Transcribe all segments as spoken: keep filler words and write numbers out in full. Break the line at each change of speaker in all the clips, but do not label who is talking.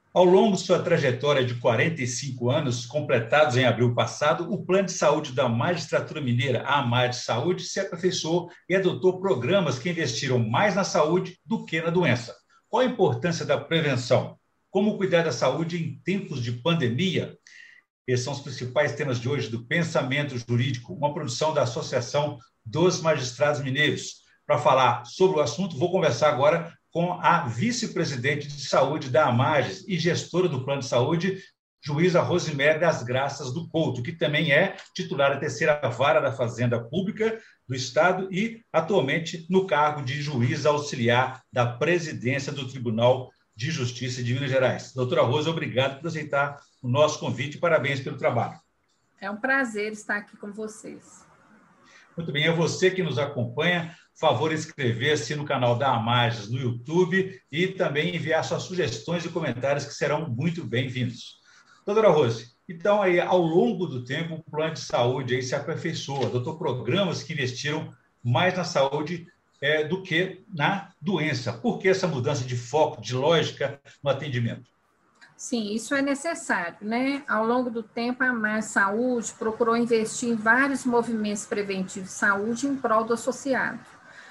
Ao longo de sua trajetória de quarenta e cinco anos, completados em abril passado, o Plano de Saúde da Magistratura Mineira, a AMAD Saúde, se aperfeiçoou e adotou programas que investiram mais na saúde do que na doença. Qual a importância da prevenção? Como cuidar da saúde em tempos de pandemia? Esses são os principais temas de hoje do Pensamento Jurídico, uma produção da Associação dos Magistrados Mineiros. Para falar sobre o assunto, vou conversar agora com a vice-presidente de saúde da AMAGES e gestora do Plano de Saúde, juíza Rosemary das Graças do Couto, que também é titular da terceira vara da Fazenda Pública do Estado e, atualmente, no cargo de juíza auxiliar da presidência do Tribunal de Justiça de Minas Gerais. Doutora Rosa, obrigado por aceitar o nosso convite e parabéns pelo trabalho.
É um prazer estar aqui com vocês.
Muito bem, é você que nos acompanha. Por favor, inscrever-se no canal da AMAGES no YouTube e também enviar suas sugestões e comentários que serão muito bem-vindos. Doutora Rose, então, aí, ao longo do tempo, o plano de saúde aí se aperfeiçoa, adotou programas que investiram mais na saúde é, do que na doença. Por que essa mudança de foco, de lógica no atendimento?
Sim, isso é necessário, né? Ao longo do tempo, a AMAGES Saúde procurou investir em vários movimentos preventivos de saúde em prol do associado.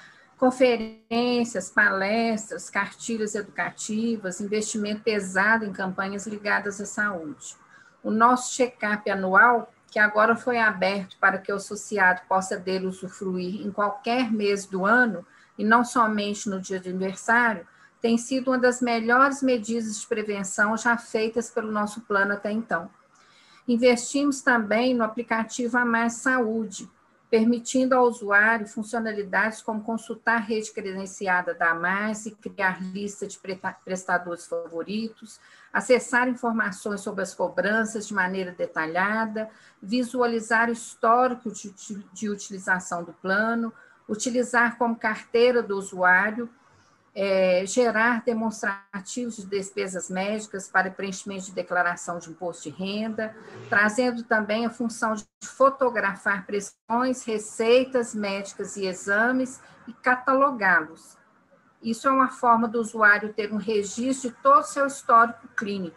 Conferências, palestras, cartilhas educativas, investimento pesado em campanhas ligadas à saúde. O nosso check-up anual, que agora foi aberto para que o associado possa dele usufruir em qualquer mês do ano, e não somente no dia de aniversário, tem sido uma das melhores medidas de prevenção já feitas pelo nosso plano até então. Investimos também no aplicativo AMAGES Saúde, permitindo ao usuário funcionalidades como consultar a rede credenciada da AMAGES e criar lista de prestadores favoritos, acessar informações sobre as cobranças de maneira detalhada, visualizar o histórico de, de, de utilização do plano, utilizar como carteira do usuário, É, gerar demonstrativos de despesas médicas para preenchimento de declaração de imposto de renda, trazendo também a função de fotografar prescrições, receitas médicas e exames e catalogá-los. Isso é uma forma do usuário ter um registro de todo o seu histórico clínico.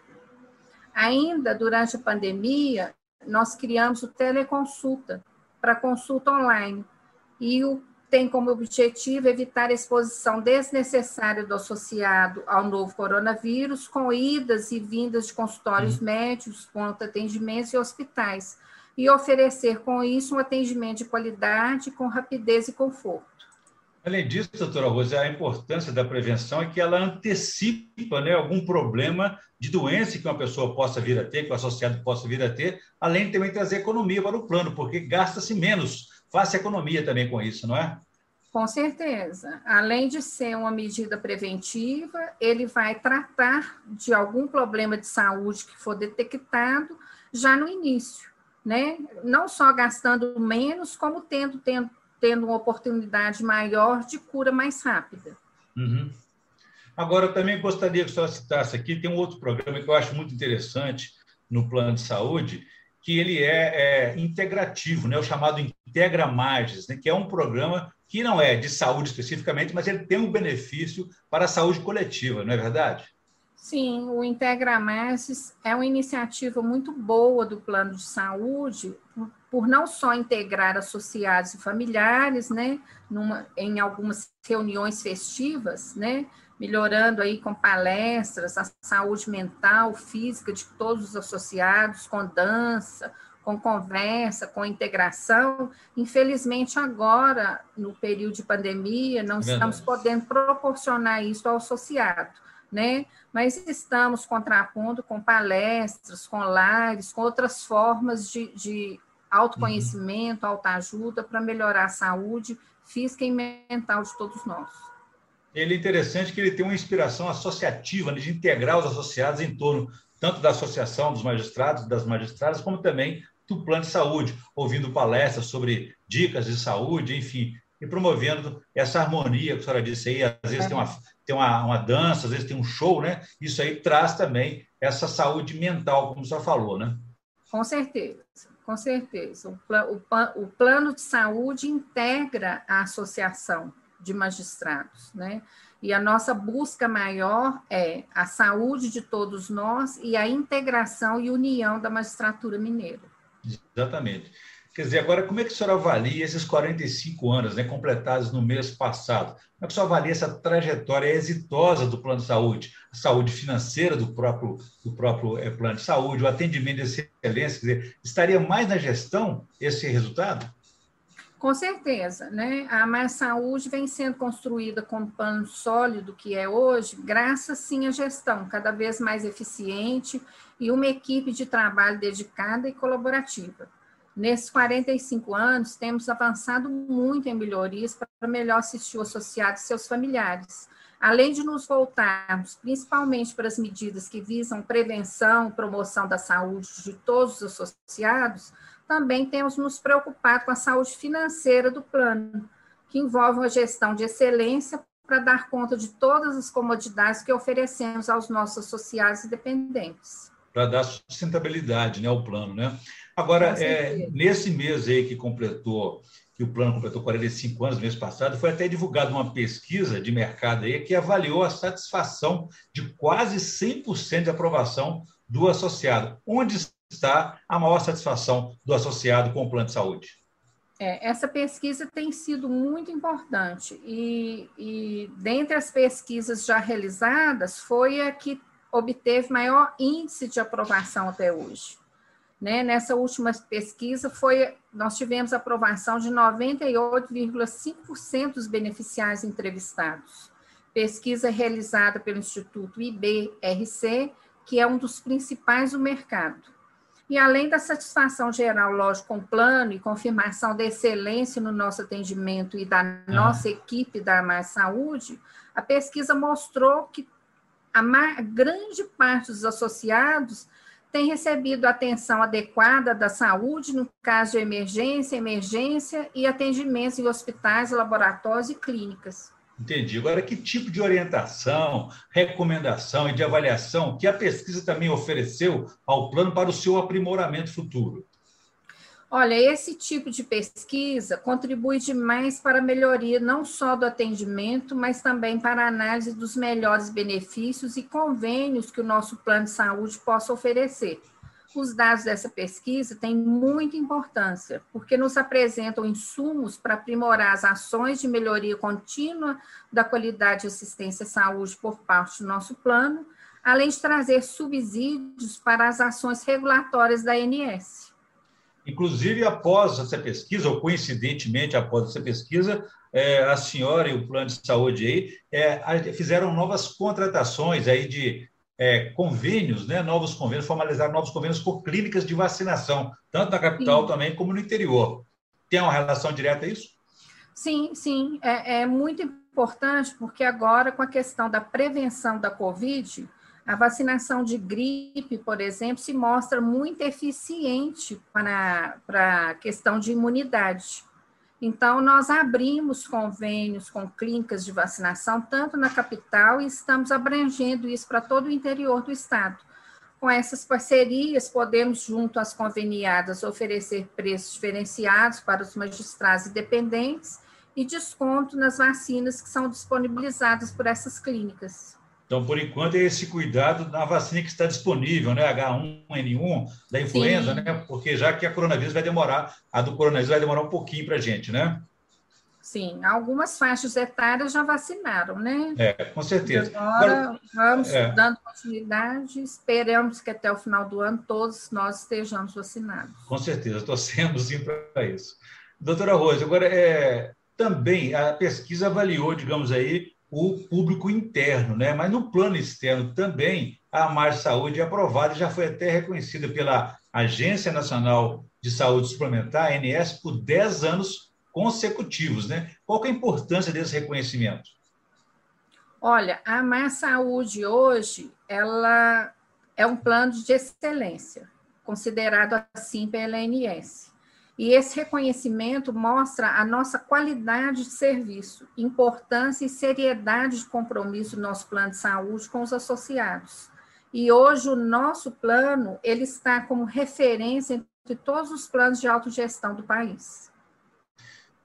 Ainda durante a pandemia, nós criamos o teleconsulta para consulta online e o tem como objetivo evitar a exposição desnecessária do associado ao novo coronavírus, com idas e vindas de consultórios uhum. médicos, ponto atendimentos e hospitais, e oferecer com isso um atendimento de qualidade, com rapidez e conforto.
Além disso, doutora Rosa, a importância da prevenção é que ela antecipa, né, algum problema de doença que uma pessoa possa vir a ter, que o associado possa vir a ter, além de também trazer economia para o plano, porque gasta-se menos. Faça economia também com isso, não é?
Com certeza. Além de ser uma medida preventiva, ele vai tratar de algum problema de saúde que for detectado já no início, né? Não só gastando menos, como tendo, tendo, tendo uma oportunidade maior de cura mais rápida.
Uhum. Agora, eu também gostaria que a senhora citasse aqui, tem um outro programa que eu acho muito interessante no plano de saúde, que ele é, é integrativo, né? O chamado Integra AMAGES, né? Que é um programa que não é de saúde especificamente, mas ele tem um benefício para a saúde coletiva, não é verdade?
Sim, o Integra AMAGES é uma iniciativa muito boa do plano de saúde, por, por não só integrar associados e familiares, né, numa, em algumas reuniões festivas, né, melhorando aí com palestras a saúde mental, física de todos os associados, com dança, com conversa, com integração. Infelizmente, agora, no período de pandemia, não estamos podendo proporcionar isso ao associado, né? Mas estamos contrapondo com palestras, com lives, com outras formas de, de autoconhecimento, autoajuda para melhorar a saúde física e mental de todos nós.
Ele é interessante que ele tem uma inspiração associativa, né, de integrar os associados em torno tanto da Associação dos Magistrados, das magistradas, como também do plano de saúde, ouvindo palestras sobre dicas de saúde, enfim, e promovendo essa harmonia que a senhora disse aí. Às vezes é. tem, uma, tem uma, uma dança, às vezes tem um show, né? Isso aí traz também essa saúde mental, como a senhora falou, né?
Com certeza, com certeza. O, pla, o, o plano de saúde integra a associação de magistrados, né? E a nossa busca maior é a saúde de todos nós e a integração e união da magistratura mineira.
Exatamente. Quer dizer, agora, como é que a senhora avalia esses quarenta e cinco anos, né, completados no mês passado? Como é que a senhora avalia essa trajetória exitosa do plano de saúde, a saúde financeira do próprio, do próprio é, plano de saúde, o atendimento de excelência? Quer dizer, estaria mais na gestão esse resultado?
Com certeza, né? A Mais Saúde vem sendo construída com um plano sólido que é hoje, graças sim à gestão cada vez mais eficiente e uma equipe de trabalho dedicada e colaborativa. Nesses quarenta e cinco anos, temos avançado muito em melhorias para melhor assistir o associado e seus familiares. Além de nos voltarmos principalmente para as medidas que visam prevenção e promoção da saúde de todos os associados, também temos nos preocupado com a saúde financeira do plano, que envolve uma gestão de excelência para dar conta de todas as comodidades que oferecemos aos nossos associados e dependentes.
Para dar sustentabilidade, né, ao plano, né? Agora, é, nesse mês aí que completou, que o plano completou quarenta e cinco anos, mês passado, foi até divulgada uma pesquisa de mercado aí que avaliou a satisfação de quase cem por cento de aprovação do associado. Onde está a maior satisfação do associado com o plano de saúde?
É, essa pesquisa tem sido muito importante e, e dentre as pesquisas já realizadas, foi a que obteve maior índice de aprovação até hoje. Né? Nessa última pesquisa, foi, nós tivemos aprovação de noventa e oito vírgula cinco por cento dos beneficiários entrevistados. Pesquisa realizada pelo Instituto I B R C, que é um dos principais do mercado. E além da satisfação geral, lógico, com o plano e confirmação da excelência no nosso atendimento e da nossa equipe da Mais Saúde, a pesquisa mostrou que a grande parte dos associados tem recebido atenção adequada da saúde, no caso de emergência, emergência e atendimentos em hospitais, laboratórios e clínicas.
Entendi. Agora, que tipo de orientação, recomendação e de avaliação que a pesquisa também ofereceu ao plano para o seu aprimoramento futuro?
Olha, esse tipo de pesquisa contribui demais para a melhoria não só do atendimento, mas também para a análise dos melhores benefícios e convênios que o nosso plano de saúde possa oferecer. Os dados dessa pesquisa têm muita importância, porque nos apresentam insumos para aprimorar as ações de melhoria contínua da qualidade de assistência à saúde por parte do nosso plano, além de trazer subsídios para as ações regulatórias da A N S.
Inclusive, após essa pesquisa, ou coincidentemente após essa pesquisa, é, a senhora e o plano de saúde aí é, fizeram novas contratações aí de é, convênios, né, novos convênios, formalizaram novos convênios por clínicas de vacinação, tanto na capital sim. também como no interior. Tem uma relação direta a isso?
Sim, sim. É, é muito importante, porque agora, com a questão da prevenção da Covid, a vacinação de gripe, por exemplo, se mostra muito eficiente para, para a questão de imunidade. Então, nós abrimos convênios com clínicas de vacinação, tanto na capital, e estamos abrangendo isso para todo o interior do estado. Com essas parcerias, podemos, junto às conveniadas, oferecer preços diferenciados para os magistrados e dependentes e desconto nas vacinas que são disponibilizadas por essas clínicas.
Então, por enquanto, é esse cuidado na vacina que está disponível, né? H um N um, da influenza, sim. né? Porque já que a coronavírus vai demorar, a do coronavírus vai demorar um pouquinho para a gente, né?
Sim, algumas faixas etárias já vacinaram, né?
É, com certeza.
E agora, agora vamos é. dando continuidade, esperamos que até o final do ano todos nós estejamos vacinados.
Com certeza, torcemos sim para isso. Doutora Rose, agora, é, também a pesquisa avaliou, digamos aí, o público interno, né? Mas no plano externo também a Mais Saúde é aprovada e já foi até reconhecida pela Agência Nacional de Saúde Suplementar, A N S, por dez anos consecutivos, né? Qual que é a importância desse reconhecimento?
Olha, a Mais Saúde hoje, ela é um plano de excelência, considerado assim pela A N S. E esse reconhecimento mostra a nossa qualidade de serviço, importância e seriedade de compromisso do nosso plano de saúde com os associados. E hoje o nosso plano, ele está como referência entre todos os planos de autogestão do país.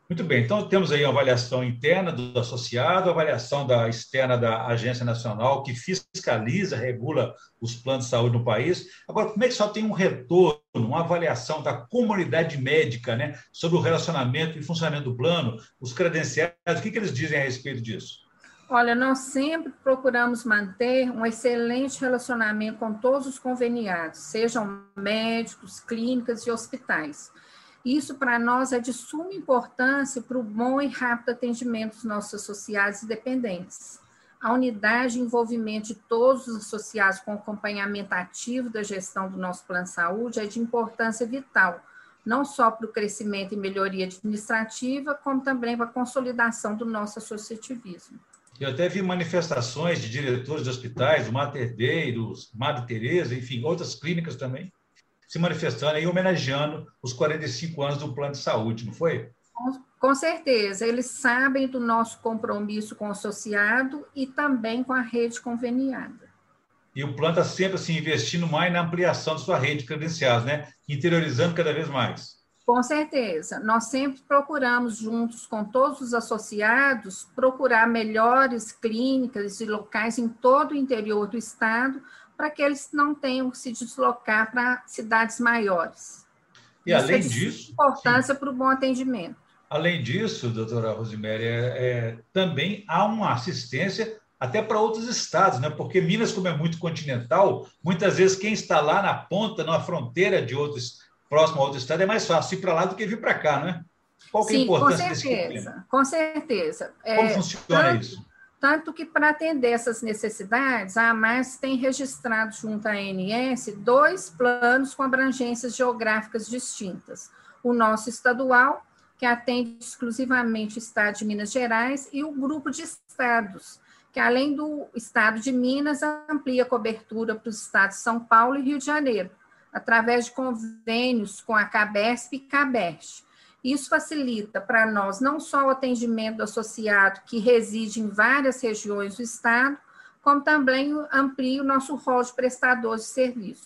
Muito bem, então temos aí a avaliação interna do associado, a avaliação da externa da Agência Nacional, que fiscaliza, regula os planos de saúde no país. Agora, como é que só tem um retorno, uma avaliação da comunidade médica, né, sobre o relacionamento e funcionamento do plano, os credenciados, o que, que eles dizem a respeito disso?
Olha, nós sempre procuramos manter um excelente relacionamento com todos os conveniados, sejam médicos, clínicas e hospitais. Isso, para nós, é de suma importância para o bom e rápido atendimento dos nossos associados e dependentes. A unidade e envolvimento de todos os associados com acompanhamento ativo da gestão do nosso plano de saúde é de importância vital, não só para o crescimento e melhoria administrativa, como também para a consolidação do nosso associativismo.
Eu até vi manifestações de diretores de hospitais, o Mater Dei, dos Madre Teresa, enfim, outras clínicas também, se manifestando e homenageando os quarenta e cinco anos do plano de saúde, não foi?
Com, com certeza, eles sabem do nosso compromisso com o associado e também com a rede conveniada.
E o plano está sempre assim, investindo mais na ampliação de sua rede de credenciados, né? Interiorizando cada vez mais.
Com certeza, nós sempre procuramos, juntos com todos os associados, procurar melhores clínicas e locais em todo o interior do estado, para que eles não tenham que se deslocar para cidades maiores.
E
Isso
além
é de
disso...
importância sim. Para o bom atendimento.
Além disso, doutora Rosiméria, é, é, também há uma assistência até para outros estados, né? Porque Minas, como é muito continental, muitas vezes quem está lá na ponta, na fronteira de outros, próximo a outro estado, é mais fácil ir para lá do que vir para cá, né? Qual que é a importância desse problema?
Com certeza, com certeza.
Como é, funciona
tanto,
isso?
Tanto que, para atender essas necessidades, a AMARS tem registrado junto à A N S dois planos com abrangências geográficas distintas. O nosso estadual, que atende exclusivamente o estado de Minas Gerais, e o grupo de estados, que além do estado de Minas, amplia a cobertura para os estados de São Paulo e Rio de Janeiro, através de convênios com a CABESP e CABEST. Isso facilita para nós não só o atendimento do associado que reside em várias regiões do estado, como também amplia o nosso rol de prestadores de serviços.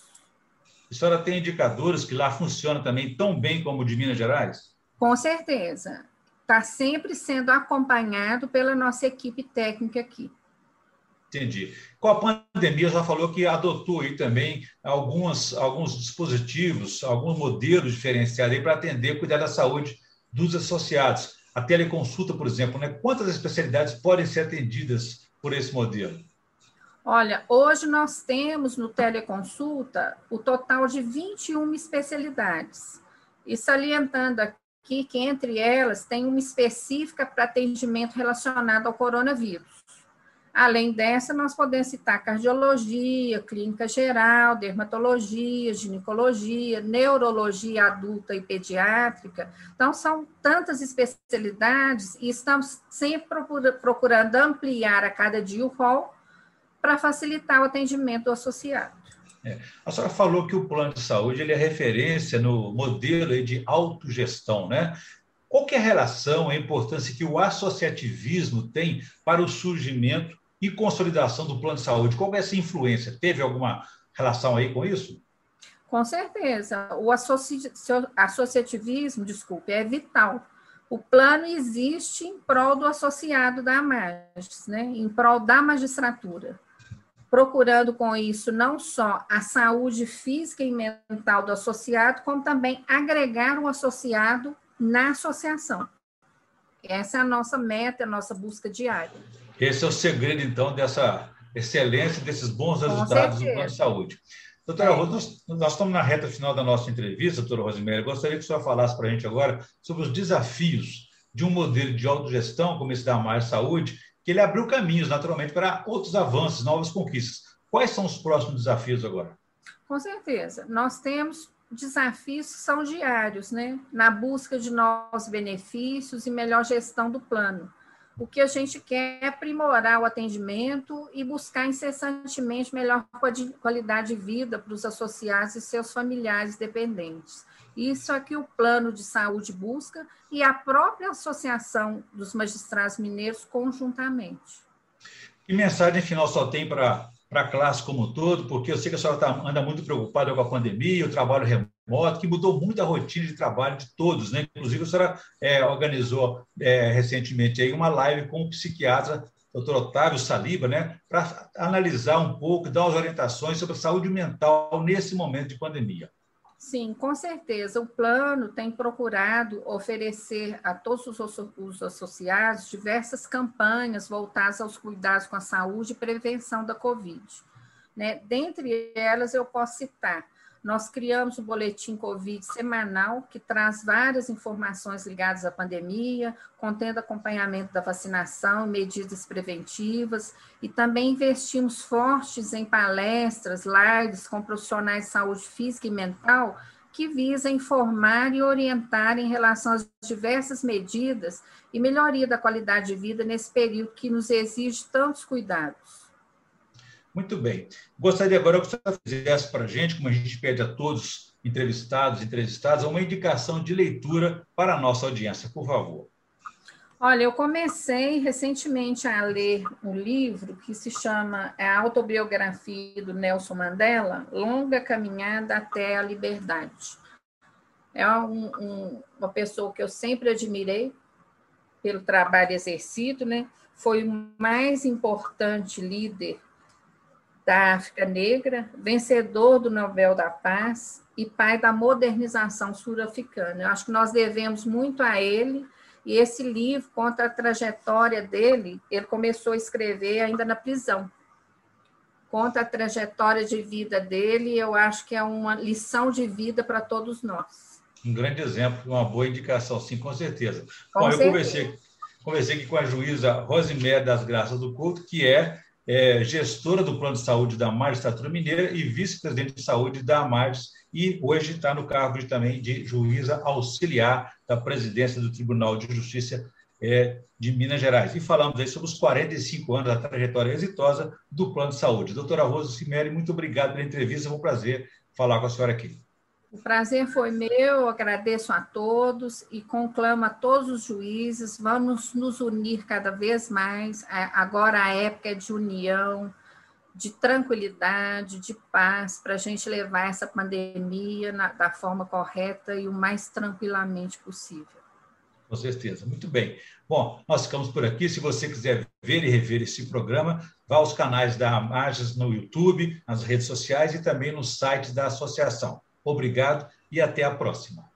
A senhora tem indicadores que lá funcionam também tão bem como o de Minas Gerais?
Com certeza. Está sempre sendo acompanhado pela nossa equipe técnica aqui.
Entendi. Com a pandemia, já falou que adotou aí também algumas, alguns dispositivos, alguns modelos diferenciados para atender e cuidar da saúde dos associados. A teleconsulta, por exemplo, né? Quantas especialidades podem ser atendidas por esse modelo?
Olha, hoje nós temos no teleconsulta o total de vinte e uma especialidades. E salientando aqui que entre elas tem uma específica para atendimento relacionado ao coronavírus. Além dessa, nós podemos citar cardiologia, clínica geral, dermatologia, ginecologia, neurologia adulta e pediátrica. Então, são tantas especialidades e estamos sempre procurando ampliar a cada dia o rol para facilitar o atendimento do associado.
É. A senhora falou que o plano de saúde ele é referência no modelo de autogestão, né? Qual que é a relação, a importância que o associativismo tem para o surgimento e consolidação do plano de saúde? Qual é essa influência? Teve alguma relação aí com isso?
Com certeza. O associ... associativismo, desculpe, é vital. O plano existe em prol do associado da AMARS, né? Em prol da magistratura, procurando com isso não só a saúde física e mental do associado, como também agregar o associado na associação. Essa é a nossa meta, a nossa busca diária.
Esse é o segredo, então, dessa excelência, desses bons resultados do plano de saúde. Doutora é. Rosa, nós, nós estamos na reta final da nossa entrevista, doutora Rosiméria. Gostaria que a senhora falasse para a gente agora sobre os desafios de um modelo de autogestão, como esse da AMARS Saúde, que ele abriu caminhos, naturalmente, para outros avanços, novas conquistas. Quais são os próximos desafios agora?
Com certeza. Nós temos desafios que são diários, né? Na busca de novos benefícios e melhor gestão do plano. O que a gente quer é aprimorar o atendimento e buscar incessantemente melhor qualidade de vida para os associados e seus familiares dependentes. Isso é que o plano de saúde busca e a própria Associação dos Magistrados Mineiros conjuntamente.
Que mensagem final só tem para para a classe como um todo, porque eu sei que a senhora tá, anda muito preocupada com a pandemia, o trabalho remoto, que mudou muito a rotina de trabalho de todos, né? Inclusive, a senhora é, organizou é, recentemente aí uma live com o psiquiatra doutor Otávio Saliba, né, para analisar um pouco, dar umas orientações sobre a saúde mental nesse momento de pandemia.
Sim, com certeza. O plano tem procurado oferecer a todos os associados diversas campanhas voltadas aos cuidados com a saúde e prevenção da Covid. Né? Dentre elas, eu posso citar: nós criamos o boletim Covid semanal, que traz várias informações ligadas à pandemia, contendo acompanhamento da vacinação, medidas preventivas, e também investimos fortes em palestras, lives com profissionais de saúde física e mental, que visa informar e orientar em relação às diversas medidas e melhoria da qualidade de vida nesse período que nos exige tantos cuidados.
Muito bem. Gostaria agora que você fizesse para a gente, como a gente pede a todos entrevistados e entrevistadas, uma indicação de leitura para a nossa audiência, por favor.
Olha, eu comecei recentemente a ler um livro que se chama A Autobiografia do Nelson Mandela, Longa Caminhada até a Liberdade. É um, um, uma pessoa que eu sempre admirei pelo trabalho exercido, né? Foi o mais importante líder da África Negra, vencedor do Nobel da Paz e pai da modernização sul-africana. Eu acho que nós devemos muito a ele, e esse livro conta a trajetória dele. Ele começou a escrever ainda na prisão. Conta a trajetória de vida dele, e eu acho que é uma lição de vida para todos nós.
Um grande exemplo, uma boa indicação, sim, com certeza.
Com
Bom,
certeza.
eu conversei, conversei aqui com a juíza Rosiméria das Graças do Couto, que é É, gestora do Plano de Saúde da Magistratura Mineira e vice-presidente de saúde da AMAGES, e hoje está no cargo de, também de juíza auxiliar da presidência do Tribunal de Justiça é, de Minas Gerais. E falamos aí sobre os quarenta e cinco anos da trajetória exitosa do Plano de Saúde. Doutora Rosiméria, muito obrigado pela entrevista, foi um prazer falar com a senhora aqui.
O prazer foi meu, agradeço a todos e conclamo a todos os juízes, vamos nos unir cada vez mais. Agora a época é de união, de tranquilidade, de paz, para a gente levar essa pandemia na, da forma correta e o mais tranquilamente possível.
Com certeza, muito bem. Bom, nós ficamos por aqui. Se você quiser ver e rever esse programa, vá aos canais da AMAGES no YouTube, nas redes sociais e também nos sites da associação. Obrigado e até a próxima.